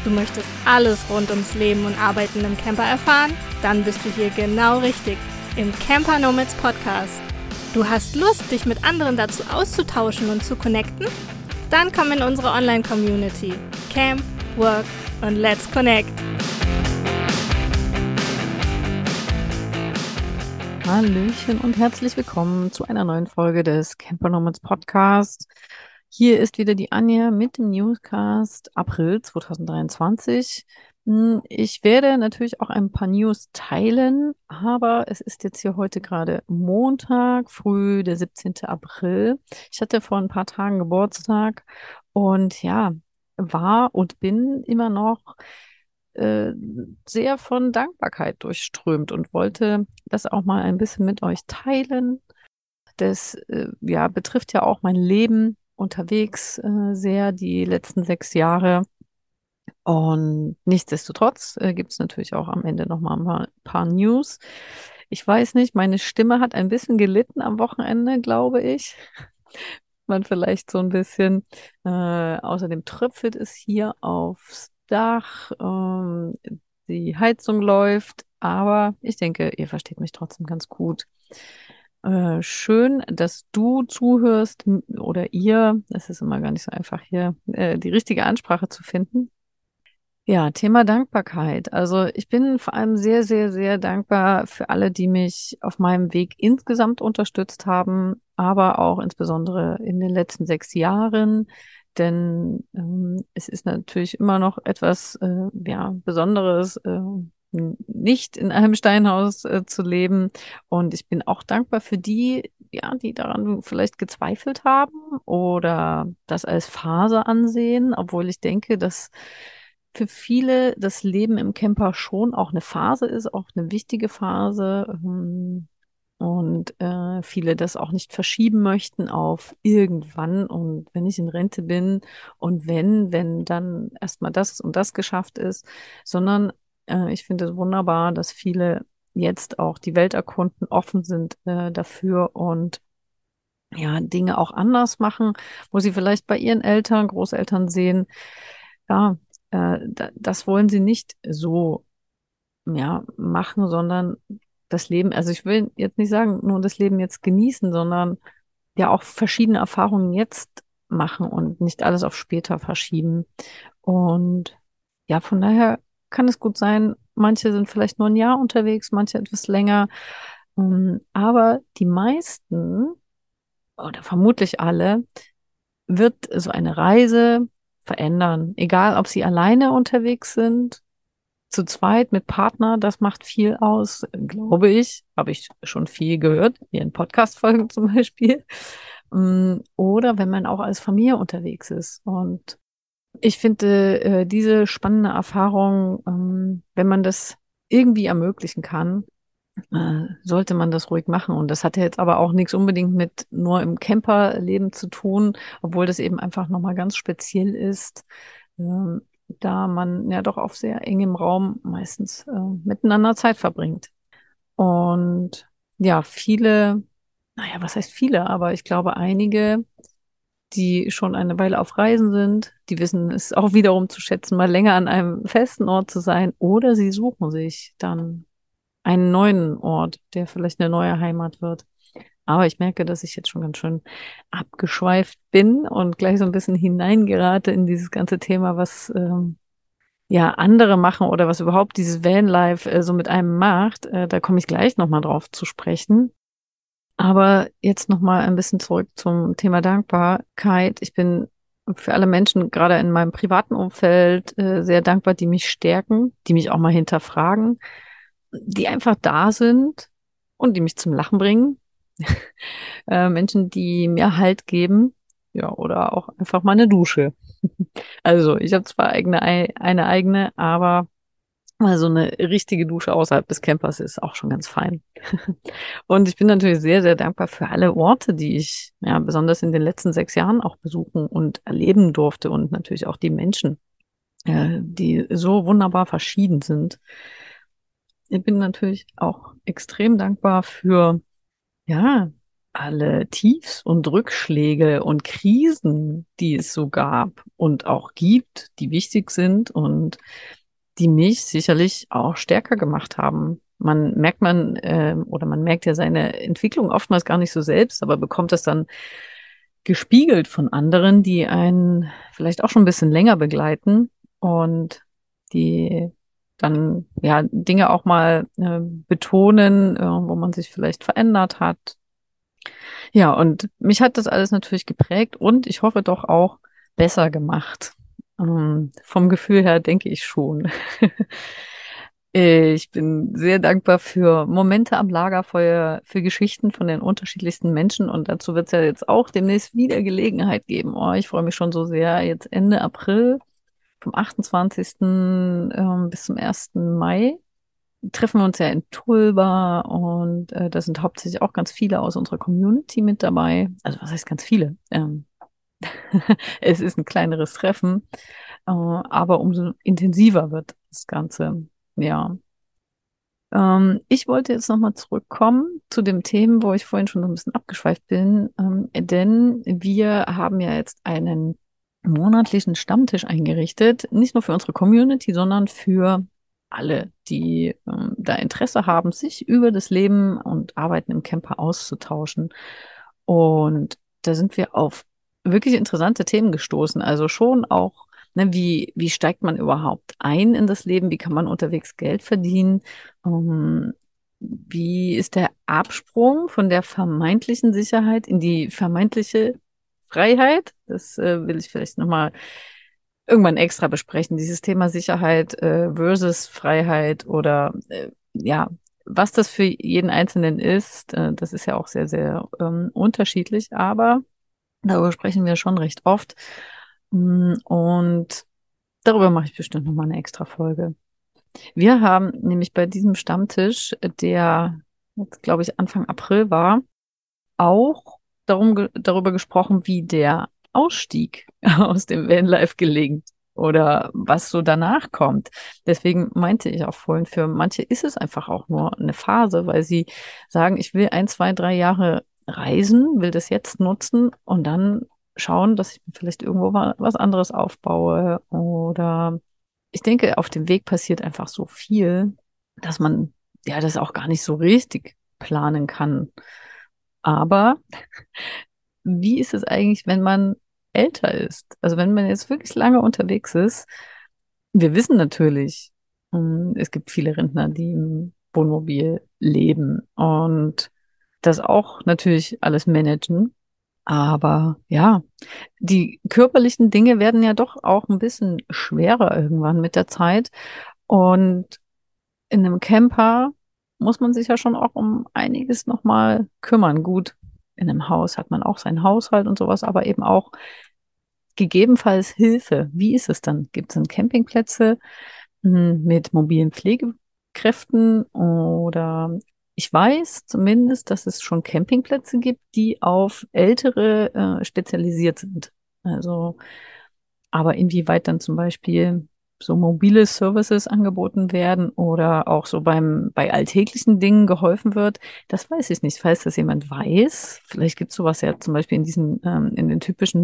Du möchtest alles rund ums Leben und Arbeiten im Camper erfahren? Dann bist du hier genau richtig im Camper Nomads Podcast. Du hast Lust, dich mit anderen dazu auszutauschen und zu connecten? Dann komm in unsere Online-Community. Camp, Work und Let's Connect. Hallöchen und herzlich willkommen zu einer neuen Folge des Camper Nomads Podcast. Hier ist wieder die Anja mit dem Newscast April 2023. Ich werde natürlich auch ein paar News teilen, aber es ist jetzt hier heute gerade Montag, früh, der 17. April. Ich hatte vor ein paar Tagen Geburtstag und ja, war und bin immer noch äh, sehr von Dankbarkeit durchströmt und wollte das auch mal ein bisschen mit euch teilen. Das ja, betrifft ja auch mein Leben unterwegs sehr die letzten 6 Jahre. Und nichtsdestotrotz gibt es natürlich auch am Ende noch mal ein paar News. Ich weiß nicht, meine Stimme hat ein bisschen gelitten am Wochenende, glaube ich. Man vielleicht so ein bisschen. Außerdem tröpfelt es hier aufs Dach. Die Heizung läuft, aber ich denke, ihr versteht mich trotzdem ganz gut. Schön, dass du zuhörst oder ihr. Es ist immer gar nicht so einfach, hier die richtige Ansprache zu finden. Ja, Thema Dankbarkeit. Also ich bin vor allem sehr, sehr, sehr dankbar für alle, die mich auf meinem Weg insgesamt unterstützt haben, aber auch insbesondere in den letzten 6 Jahren. Denn es ist natürlich immer noch etwas ja, Besonderes, nicht in einem Steinhaus zu leben. Und ich bin auch dankbar für die, ja, die daran vielleicht gezweifelt haben oder das als Phase ansehen, obwohl ich denke, dass für viele das Leben im Camper schon auch eine Phase ist, auch eine wichtige Phase. Und viele das auch nicht verschieben möchten auf irgendwann und wenn ich in Rente bin und wenn dann erstmal das und das geschafft ist, sondern ich finde es wunderbar, dass viele jetzt auch die Welt erkunden, offen sind dafür und ja, Dinge auch anders machen, wo sie vielleicht bei ihren Eltern, Großeltern sehen, ja, das wollen sie nicht so, ja, machen, sondern das Leben, also ich will jetzt nicht sagen, nur das Leben jetzt genießen, sondern ja auch verschiedene Erfahrungen jetzt machen und nicht alles auf später verschieben. Und ja, von daher kann es gut sein, manche sind vielleicht nur ein Jahr unterwegs, manche etwas länger. Aber die meisten oder vermutlich alle wird so eine Reise verändern. Egal, ob sie alleine unterwegs sind, zu zweit mit Partner, das macht viel aus, glaube ich. Habe ich schon viel gehört, hier in Podcast-Folgen zum Beispiel. Oder wenn man auch als Familie unterwegs ist. Und ich finde diese spannende Erfahrung, wenn man das irgendwie ermöglichen kann, sollte man das ruhig machen. Und das hat ja jetzt aber auch nichts unbedingt mit nur im Camperleben zu tun, obwohl das eben einfach nochmal ganz speziell ist, da man ja doch auf sehr engem Raum meistens miteinander Zeit verbringt. Und ja, viele, naja, was heißt viele, aber ich glaube einige, die schon eine Weile auf Reisen sind, die wissen es auch wiederum zu schätzen, mal länger an einem festen Ort zu sein, oder sie suchen sich dann einen neuen Ort, der vielleicht eine neue Heimat wird. Aber ich merke, dass ich jetzt schon ganz schön abgeschweift bin und gleich so ein bisschen hineingerate in dieses ganze Thema, was ja andere machen oder was überhaupt dieses Vanlife so mit einem macht. Da komme ich gleich nochmal drauf zu sprechen. Aber jetzt nochmal ein bisschen zurück zum Thema Dankbarkeit. Ich bin für alle Menschen, gerade in meinem privaten Umfeld, sehr dankbar, die mich stärken, die mich auch mal hinterfragen, die einfach da sind und die mich zum Lachen bringen. Menschen, die mir Halt geben, ja, oder auch einfach mal eine Dusche. Also, ich habe zwar eine eigene, aber mal so eine richtige Dusche außerhalb des Campers ist auch schon ganz fein. Und ich bin natürlich sehr, sehr dankbar für alle Orte, die ich ja besonders in den letzten 6 Jahren auch besuchen und erleben durfte und natürlich auch die Menschen, die so wunderbar verschieden sind. Ich bin natürlich auch extrem dankbar für, ja, alle Tiefs und Rückschläge und Krisen, die es so gab und auch gibt, die wichtig sind und die mich sicherlich auch stärker gemacht haben. Man merkt ja seine Entwicklung oftmals gar nicht so selbst, aber bekommt das dann gespiegelt von anderen, die einen vielleicht auch schon ein bisschen länger begleiten und die dann ja Dinge auch mal betonen, wo man sich vielleicht verändert hat. Ja, und mich hat das alles natürlich geprägt und ich hoffe doch auch besser gemacht. Vom Gefühl her denke ich schon. Ich bin sehr dankbar für Momente am Lagerfeuer, für Geschichten von den unterschiedlichsten Menschen und dazu wird es ja jetzt auch demnächst wieder Gelegenheit geben. Oh, ich freue mich schon so sehr. Jetzt Ende April, vom 28. Bis zum 1. Mai treffen wir uns ja in Tulba und da sind hauptsächlich auch ganz viele aus unserer Community mit dabei. Also was heißt ganz viele? Es ist ein kleineres Treffen, aber umso intensiver wird das Ganze. Ja. Ich wollte jetzt nochmal zurückkommen zu dem Themen, wo ich vorhin schon so ein bisschen abgeschweift bin, denn wir haben ja jetzt einen monatlichen Stammtisch eingerichtet, nicht nur für unsere Community, sondern für alle, die da Interesse haben, sich über das Leben und Arbeiten im Camper auszutauschen. Und da sind wir auf wirklich interessante Themen gestoßen. Also schon auch, ne, wie steigt man überhaupt ein in das Leben? Wie kann man unterwegs Geld verdienen? Wie ist der Absprung von der vermeintlichen Sicherheit in die vermeintliche Freiheit? Das will ich vielleicht nochmal irgendwann extra besprechen. Dieses Thema Sicherheit versus Freiheit oder ja, was das für jeden Einzelnen ist, das ist ja auch sehr, sehr unterschiedlich, aber darüber sprechen wir schon recht oft. Und darüber mache ich bestimmt nochmal eine extra Folge. Wir haben nämlich bei diesem Stammtisch, der jetzt, glaube ich, Anfang April war, auch darüber gesprochen, wie der Ausstieg aus dem Vanlife gelingt oder was so danach kommt. Deswegen meinte ich auch vorhin, für manche ist es einfach auch nur eine Phase, weil sie sagen, ich will 1, 2, 3 Jahre reisen, will das jetzt nutzen und dann schauen, dass ich mir vielleicht irgendwo was anderes aufbaue oder ich denke, auf dem Weg passiert einfach so viel, dass man ja das auch gar nicht so richtig planen kann. Aber wie ist es eigentlich, wenn man älter ist? Also wenn man jetzt wirklich lange unterwegs ist, wir wissen natürlich, es gibt viele Rentner, die im Wohnmobil leben und das auch natürlich alles managen. Aber ja, die körperlichen Dinge werden ja doch auch ein bisschen schwerer irgendwann mit der Zeit. Und in einem Camper muss man sich ja schon auch um einiges nochmal kümmern. Gut, in einem Haus hat man auch seinen Haushalt und sowas, aber eben auch gegebenenfalls Hilfe. Wie ist es dann? Gibt es dann Campingplätze mit mobilen Pflegekräften oder ich weiß zumindest, dass es schon Campingplätze gibt, die auf Ältere spezialisiert sind. Also, aber inwieweit dann zum Beispiel so mobile Services angeboten werden oder auch so bei alltäglichen Dingen geholfen wird, das weiß ich nicht. Falls das jemand weiß, vielleicht gibt es sowas ja zum Beispiel in den typischen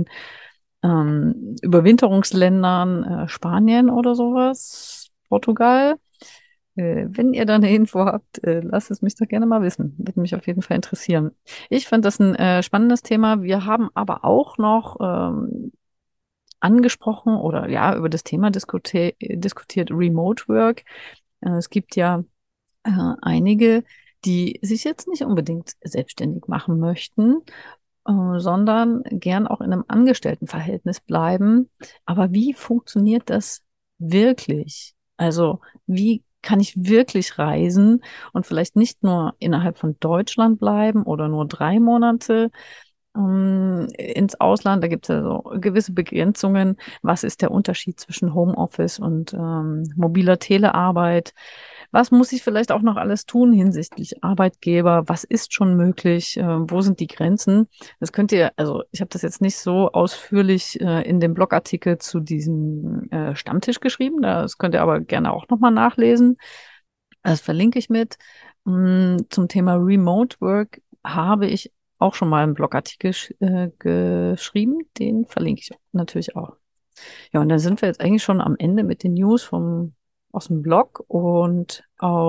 Überwinterungsländern, Spanien oder sowas, Portugal. Wenn ihr da eine Info habt, lasst es mich doch gerne mal wissen. Würde mich auf jeden Fall interessieren. Ich fand das ein spannendes Thema. Wir haben aber auch noch angesprochen oder ja, über das Thema diskutiert Remote Work. Es gibt ja einige, die sich jetzt nicht unbedingt selbstständig machen möchten, sondern gern auch in einem Angestelltenverhältnis bleiben. Aber wie funktioniert das wirklich? Also wie kann ich wirklich reisen und vielleicht nicht nur innerhalb von Deutschland bleiben oder nur 3 Monate, ins Ausland? Da gibt es ja so gewisse Begrenzungen. Was ist der Unterschied zwischen Homeoffice und mobiler Telearbeit? Was muss ich vielleicht auch noch alles tun hinsichtlich Arbeitgeber? Was ist schon möglich? Wo sind die Grenzen? Das könnt ihr, also ich habe das jetzt nicht so ausführlich in dem Blogartikel zu diesem Stammtisch geschrieben. Das könnt ihr aber gerne auch nochmal nachlesen. Das verlinke ich mit. Zum Thema Remote Work habe ich auch schon mal einen Blogartikel geschrieben. Den verlinke ich natürlich auch. Ja, und dann sind wir jetzt eigentlich schon am Ende mit den News aus dem Blog und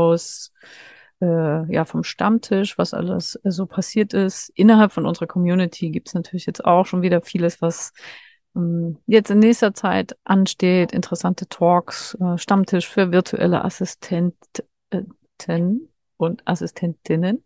vom Stammtisch, was alles so passiert ist. Innerhalb von unserer Community gibt es natürlich jetzt auch schon wieder vieles, was jetzt in nächster Zeit ansteht. Interessante Talks, Stammtisch für virtuelle Assistenten und Assistentinnen.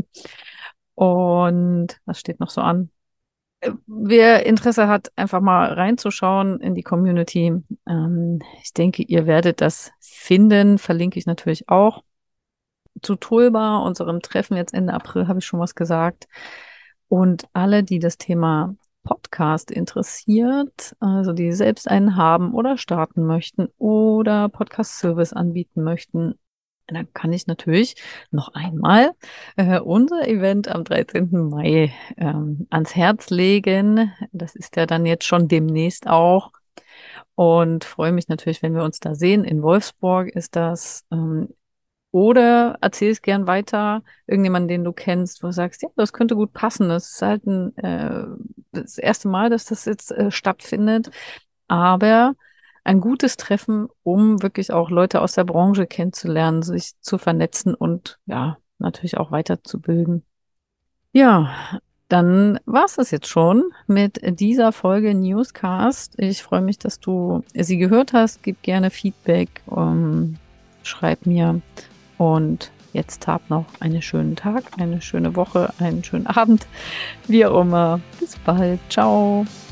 Und was steht noch so an? Wer Interesse hat, einfach mal reinzuschauen in die Community. Ich denke, ihr werdet das finden. Verlinke ich natürlich auch. Zu Tulba, unserem Treffen jetzt Ende April, habe ich schon was gesagt. Und alle, die das Thema Podcast interessiert, also die selbst einen haben oder starten möchten oder Podcast-Service anbieten möchten, dann kann ich natürlich noch einmal unser Event am 13. Mai ans Herz legen. Das ist ja dann jetzt schon demnächst auch. Und freue mich natürlich, wenn wir uns da sehen. In Wolfsburg ist das. Oder erzähl es gern weiter, irgendjemand, den du kennst, wo du sagst, ja, das könnte gut passen. Das ist halt das erste Mal, dass das jetzt stattfindet. Aber ein gutes Treffen, um wirklich auch Leute aus der Branche kennenzulernen, sich zu vernetzen und ja, natürlich auch weiterzubilden. Ja, dann war es das jetzt schon mit dieser Folge Newscast. Ich freue mich, dass du sie gehört hast. Gib gerne Feedback, schreib mir. Und jetzt habt noch einen schönen Tag, eine schöne Woche, einen schönen Abend, wie auch immer. Bis bald. Ciao.